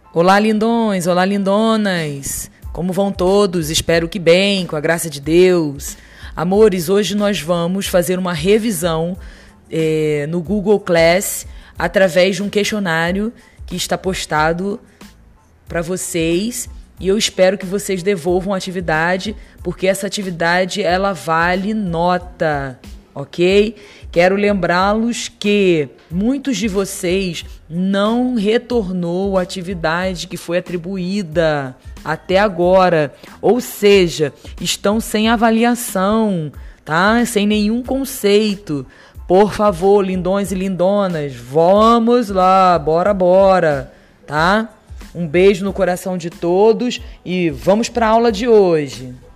Olá, lindões! Olá, lindonas! Como vão todos? Espero que bem, com a graça de Deus. Amores, hoje nós vamos fazer uma revisão no Google Class através de um questionário que está postado para vocês e eu espero que vocês devolvam a atividade, porque essa atividade ela vale nota, ok? Quero lembrá-los que muitos de vocês não retornou a atividade que foi atribuída até agora, ou seja, estão sem avaliação, tá? Sem nenhum conceito. Por favor, lindões e lindonas, vamos lá, bora, tá? Um beijo no coração de todos e vamos para a aula de hoje.